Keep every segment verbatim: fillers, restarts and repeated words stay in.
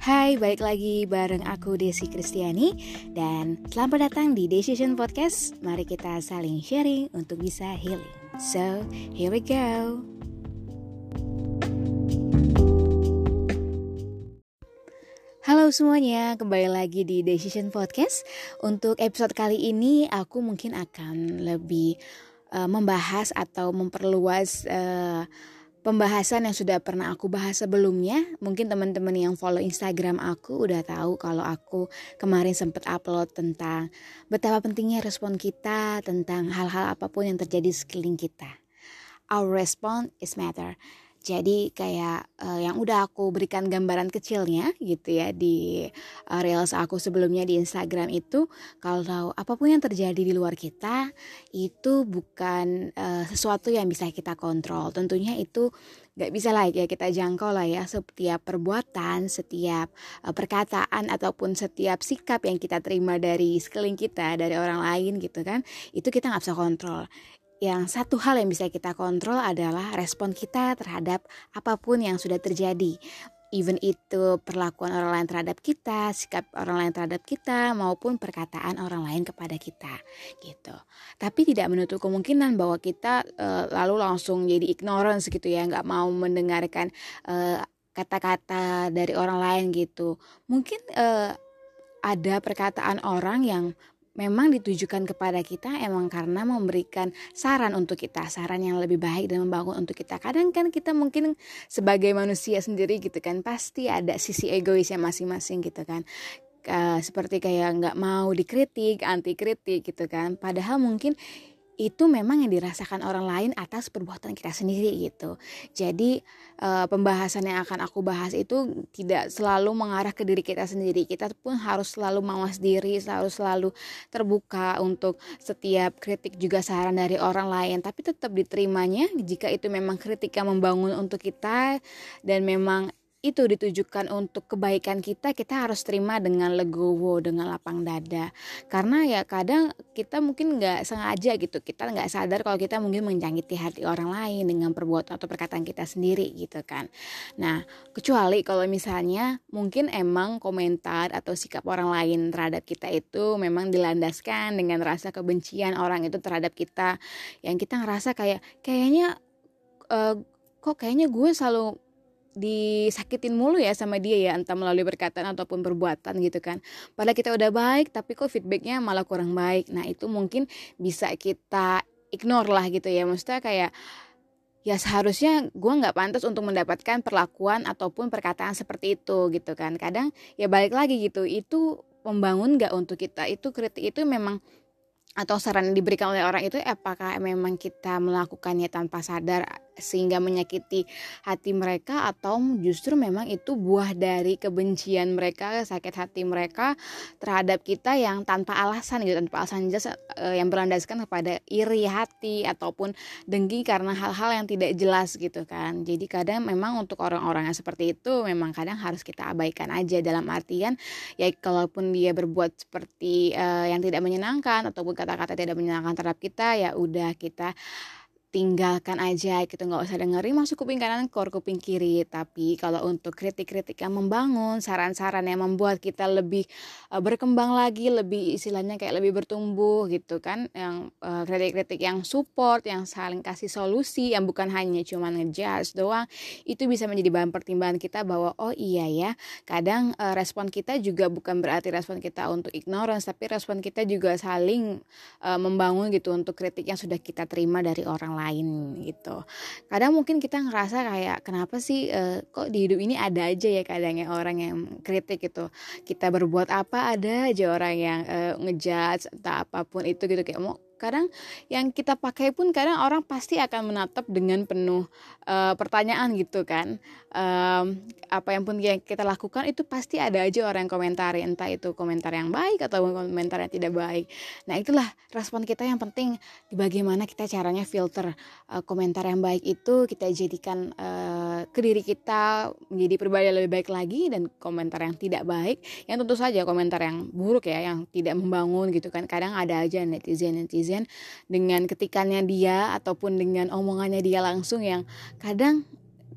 Hai, balik lagi bareng aku Desi Kristiani. Dan selamat datang di Decision Podcast. Mari kita saling sharing untuk bisa healing. So, here we go. Halo semuanya, kembali lagi di Decision Podcast. Untuk episode kali ini aku mungkin akan lebih uh, membahas atau memperluas uh, pembahasan yang sudah pernah aku bahas sebelumnya. Mungkin teman-teman yang follow Instagram aku udah tahu kalau aku kemarin sempat upload tentang betapa pentingnya respon kita tentang hal-hal apapun yang terjadi di sekeliling kita. Our response is matter. Jadi kayak uh, yang udah aku berikan gambaran kecilnya gitu ya di uh, reels aku sebelumnya di Instagram itu, kalau apapun yang terjadi di luar kita itu bukan uh, sesuatu yang bisa kita kontrol. Tentunya itu gak bisa lah ya kita jangkau lah ya. Setiap perbuatan, setiap uh, perkataan ataupun setiap sikap yang kita terima dari sekeliling kita, dari orang lain gitu kan, itu kita gak bisa kontrol. Yang satu hal yang bisa kita kontrol adalah respon kita terhadap apapun yang sudah terjadi. Even itu perlakuan orang lain terhadap kita, sikap orang lain terhadap kita, maupun perkataan orang lain kepada kita gitu. Tapi tidak menutup kemungkinan bahwa kita e, lalu langsung jadi ignorance gitu ya, gak mau mendengarkan e, kata-kata dari orang lain gitu. Mungkin e, ada perkataan orang yang memang ditujukan kepada kita emang karena memberikan saran untuk kita, saran yang lebih baik dan membangun untuk kita. Kadang kan kita mungkin sebagai manusia sendiri gitu kan, pasti ada sisi egoisnya masing-masing gitu kan. Uh, seperti kayak nggak mau dikritik, anti kritik gitu kan. Padahal mungkin itu memang yang dirasakan orang lain atas perbuatan kita sendiri gitu. Jadi uh, pembahasan yang akan aku bahas itu tidak selalu mengarah ke diri kita sendiri. Kita pun harus selalu mawas diri, selalu selalu terbuka untuk setiap kritik juga saran dari orang lain. Tapi tetap diterimanya jika itu memang kritik yang membangun untuk kita dan memang itu ditujukan untuk kebaikan kita, kita harus terima dengan legowo, dengan lapang dada. Karena ya kadang kita mungkin gak sengaja gitu, kita gak sadar kalau kita mungkin menjangkiti hati orang lain dengan perbuatan atau perkataan kita sendiri gitu kan. Nah, kecuali kalau misalnya mungkin emang komentar atau sikap orang lain terhadap kita itu memang dilandaskan dengan rasa kebencian orang itu terhadap kita, yang kita ngerasa kayak kayaknya uh, kok kayaknya gue selalu disakitin mulu ya sama dia ya, entah melalui perkataan ataupun perbuatan gitu kan. Padahal kita udah baik tapi kok feedbacknya malah kurang baik. Nah itu mungkin bisa kita ignore lah gitu ya. Maksudnya kayak ya seharusnya gue gak pantas untuk mendapatkan perlakuan ataupun perkataan seperti itu gitu kan. Kadang ya balik lagi gitu, itu membangun gak untuk kita. Itu kritik itu memang atau saran yang diberikan oleh orang itu apakah memang kita melakukannya tanpa sadar sehingga menyakiti hati mereka, atau justru memang itu buah dari kebencian mereka, sakit hati mereka terhadap kita yang tanpa alasan gitu, tanpa alasan jelas eh, yang berlandaskan kepada iri hati ataupun dengki karena hal-hal yang tidak jelas gitu kan. Jadi kadang memang untuk orang-orang yang seperti itu memang kadang harus kita abaikan aja, dalam artian ya kalaupun dia berbuat seperti eh, yang tidak menyenangkan ataupun kata-kata tidak menyenangkan terhadap kita, ya udah kita tinggalkan aja gitu, nggak usah dengerin, masuk kuping kanan keluar kuping kiri. Tapi kalau untuk kritik-kritik yang membangun, saran-saran yang membuat kita lebih uh, berkembang lagi, lebih istilahnya kayak lebih bertumbuh gitu kan, yang uh, kritik-kritik yang support, yang saling kasih solusi, yang bukan hanya cuma ngejudge doang, itu bisa menjadi bahan pertimbangan kita bahwa oh iya ya, kadang uh, respon kita juga bukan berarti respon kita untuk ignorance, tapi respon kita juga saling uh, membangun gitu untuk kritik yang sudah kita terima dari orang lain gitu. Kadang mungkin kita ngerasa kayak kenapa sih uh, kok di hidup ini ada aja ya kadangnya orang yang kritik gitu. Kita berbuat apa ada aja orang yang uh, ngejudge entah apapun itu gitu, kayak mau kadang yang kita pakai pun kadang orang pasti akan menatap dengan penuh uh, pertanyaan gitu kan. Um, apa yang pun yang kita lakukan itu pasti ada aja orang yang komentari, entah itu komentar yang baik atau komentar yang tidak baik. Nah itulah respon kita yang penting, bagaimana kita caranya filter uh, komentar yang baik itu kita jadikan uh, ke diri kita menjadi pribadi yang lebih baik lagi, dan komentar yang tidak baik, yang tentu saja komentar yang buruk ya, yang tidak membangun gitu kan. Kadang ada aja netizen-netizen dengan ketikannya dia ataupun dengan omongannya dia langsung yang kadang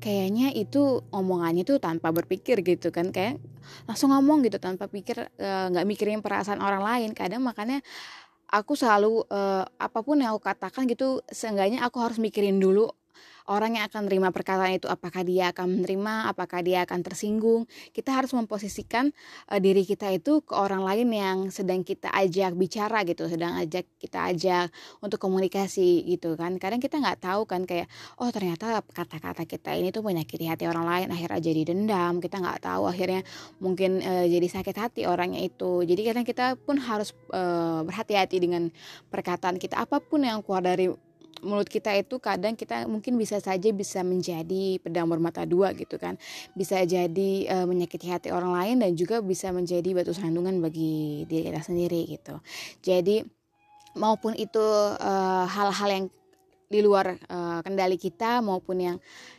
kayaknya itu omongannya tuh tanpa berpikir gitu kan, kayak langsung ngomong gitu tanpa pikir, eh, nggak mikirin perasaan orang lain. Kadang makanya aku selalu, eh, apapun yang aku katakan gitu, seenggaknya aku harus mikirin dulu orang yang akan menerima perkataan itu, apakah dia akan menerima, apakah dia akan tersinggung. Kita harus memposisikan uh, diri kita itu ke orang lain yang sedang kita ajak bicara gitu, sedang ajak kita ajak untuk komunikasi gitu kan. Kadang kita nggak tahu kan, kayak oh ternyata kata-kata kita ini tuh menyakiti hati orang lain, akhirnya jadi dendam. Kita nggak tahu akhirnya mungkin uh, jadi sakit hati orangnya itu. Jadi kadang kita pun harus uh, berhati-hati dengan perkataan kita, apapun yang keluar dari mulut kita itu kadang kita mungkin bisa saja bisa menjadi pedang bermata dua gitu kan, bisa jadi uh, menyakiti hati orang lain dan juga bisa menjadi batu sandungan bagi diri kita sendiri gitu. Jadi maupun itu uh, hal-hal yang di luar uh, kendali kita maupun yang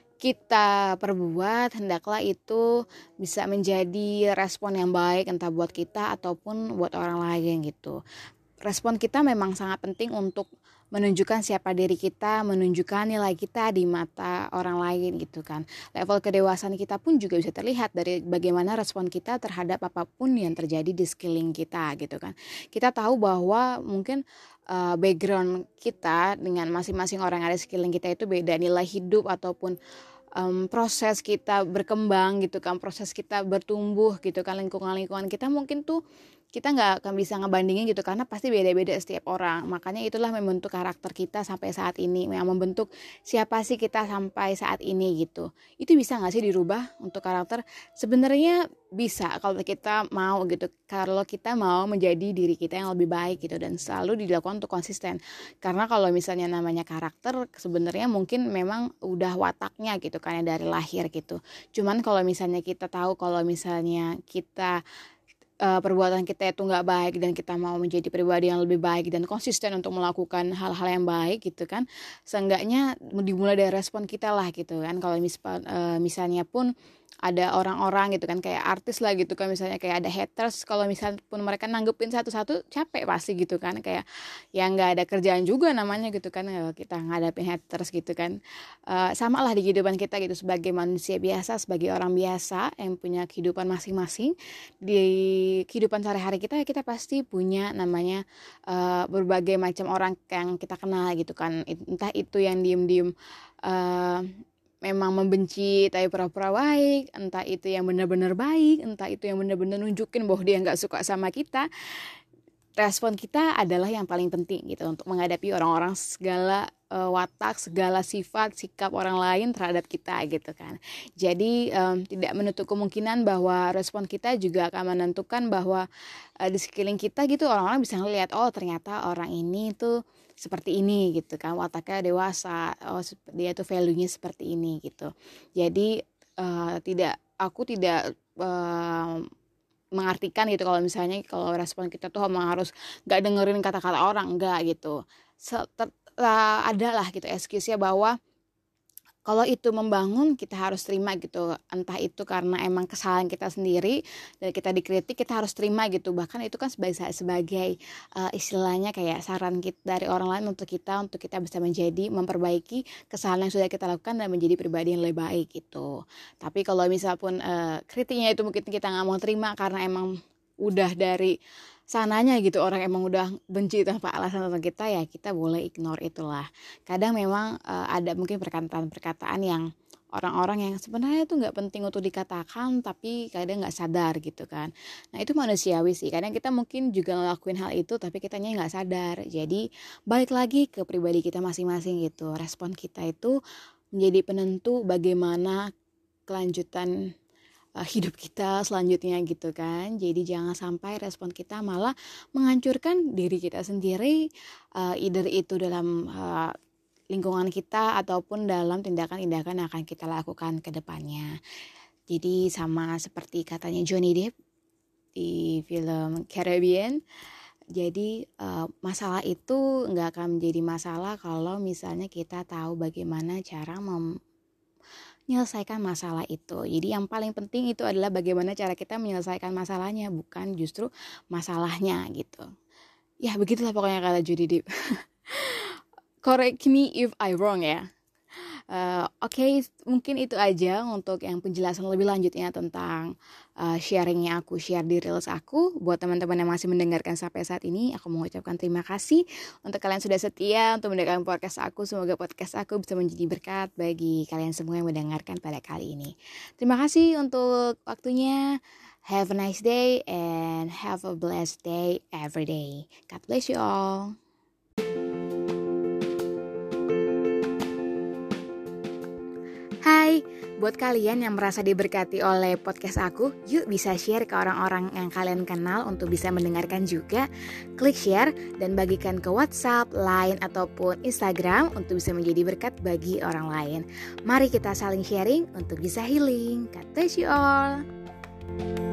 kita perbuat, hendaklah itu bisa menjadi respon yang baik entah buat kita ataupun buat orang lain gitu. Respon kita memang sangat penting untuk menunjukkan siapa diri kita, menunjukkan nilai kita di mata orang lain gitu kan. Level kedewasaan kita pun juga bisa terlihat dari bagaimana respon kita terhadap apapun yang terjadi di sekeliling kita gitu kan. Kita tahu bahwa mungkin uh, background kita dengan masing-masing orang yang ada di sekeliling kita itu beda, nilai hidup ataupun um, proses kita berkembang gitu kan, proses kita bertumbuh gitu kan, lingkungan-lingkungan kita mungkin tuh kita nggak akan bisa ngebandingin gitu karena pasti beda-beda setiap orang. Makanya itulah membentuk karakter kita sampai saat ini, yang membentuk siapa sih kita sampai saat ini gitu. Itu bisa nggak sih dirubah untuk karakter? Sebenarnya bisa kalau kita mau gitu, kalau kita mau menjadi diri kita yang lebih baik gitu, dan selalu dilakukan untuk konsisten. Karena kalau misalnya namanya karakter sebenarnya mungkin memang udah wataknya gitu kan ya, dari lahir gitu. Cuman kalau misalnya kita tahu kalau misalnya kita Uh, perbuatan kita itu nggak baik dan kita mau menjadi pribadi yang lebih baik dan konsisten untuk melakukan hal-hal yang baik gitu kan, seenggaknya dimulai dari respon kita lah gitu kan. Kalau misal, uh, misalnya pun ada orang-orang gitu kan, kayak artis lah gitu kan, misalnya kayak ada haters, kalau misalnya pun mereka nanggepin satu-satu capek pasti gitu kan, kayak yang nggak ada kerjaan juga namanya gitu kan kalau kita ngadapin haters gitu kan. Uh, sama lah di kehidupan kita gitu, sebagai manusia biasa, sebagai orang biasa yang punya kehidupan masing-masing. Di kehidupan sehari-hari kita, kita pasti punya namanya uh, berbagai macam orang yang kita kenal gitu kan, entah itu yang diem-diem uh, memang membenci tapi pura-pura baik, entah itu yang benar-benar baik, entah itu yang benar-benar nunjukin bahwa dia nggak suka sama kita. Respon kita adalah yang paling penting gitu untuk menghadapi orang-orang, segala uh, watak, segala sifat, sikap orang lain terhadap kita gitu kan. Jadi um, tidak menutup kemungkinan bahwa respon kita juga akan menentukan bahwa uh, di sekeliling kita gitu orang-orang bisa ngelihat, oh ternyata orang ini tuh seperti ini gitu kan, wataknya dewasa, oh dia tuh value-nya seperti ini gitu. Jadi uh, tidak, aku tidak uh, mengartikan gitu kalau misalnya kalau respon kita tuh memang harus gak dengerin kata-kata orang, enggak gitu. Set- uh, ada lah gitu excuse-nya bahwa kalau itu membangun kita harus terima gitu, entah itu karena emang kesalahan kita sendiri dan kita dikritik, kita harus terima gitu. Bahkan itu kan sebagai sebagai uh, istilahnya kayak saran kita dari orang lain untuk kita, untuk kita bisa menjadi memperbaiki kesalahan yang sudah kita lakukan dan menjadi pribadi yang lebih baik gitu. Tapi kalau misal pun uh, kritiknya itu mungkin kita nggak mau terima karena emang udah dari sananya gitu, orang emang udah benci tanpa alasan tentang kita, ya kita boleh ignore itulah. Kadang memang uh, ada mungkin perkataan-perkataan yang orang-orang yang sebenarnya tuh nggak penting untuk dikatakan tapi kadang nggak sadar gitu kan. Nah itu manusiawi sih, kadang kita mungkin juga ngelakuin hal itu tapi kitanya nggak sadar. Jadi balik lagi ke pribadi kita masing-masing gitu, respon kita itu menjadi penentu bagaimana kelanjutan hidup kita selanjutnya gitu kan. Jadi jangan sampai respon kita malah menghancurkan diri kita sendiri, uh, either itu dalam uh, lingkungan kita ataupun dalam tindakan-tindakan yang akan kita lakukan ke depannya. Jadi sama seperti katanya Johnny Depp di film Caribbean, jadi uh, masalah itu nggak akan menjadi masalah kalau misalnya kita tahu bagaimana cara mem menyelesaikan masalah itu. Jadi yang paling penting itu adalah bagaimana cara kita menyelesaikan masalahnya, bukan justru masalahnya gitu. Ya begitulah pokoknya kata Johnny Depp. Correct me if I wrong ya. Uh, Oke, okay, mungkin itu aja untuk yang penjelasan lebih lanjutnya tentang uh, sharingnya aku share di reels aku. Buat teman-teman yang masih mendengarkan sampai saat ini, aku mengucapkan terima kasih untuk kalian sudah setia untuk mendengarkan podcast aku. Semoga podcast aku bisa menjadi berkat bagi kalian semua yang mendengarkan pada kali ini. Terima kasih untuk waktunya. Have a nice day and have a blessed day every day. God bless you all. Hai, buat kalian yang merasa diberkati oleh podcast aku, yuk bisa share ke orang-orang yang kalian kenal untuk bisa mendengarkan juga. Klik share dan bagikan ke WhatsApp, Line, ataupun Instagram untuk bisa menjadi berkat bagi orang lain. Mari kita saling sharing untuk bisa healing. God bless you all.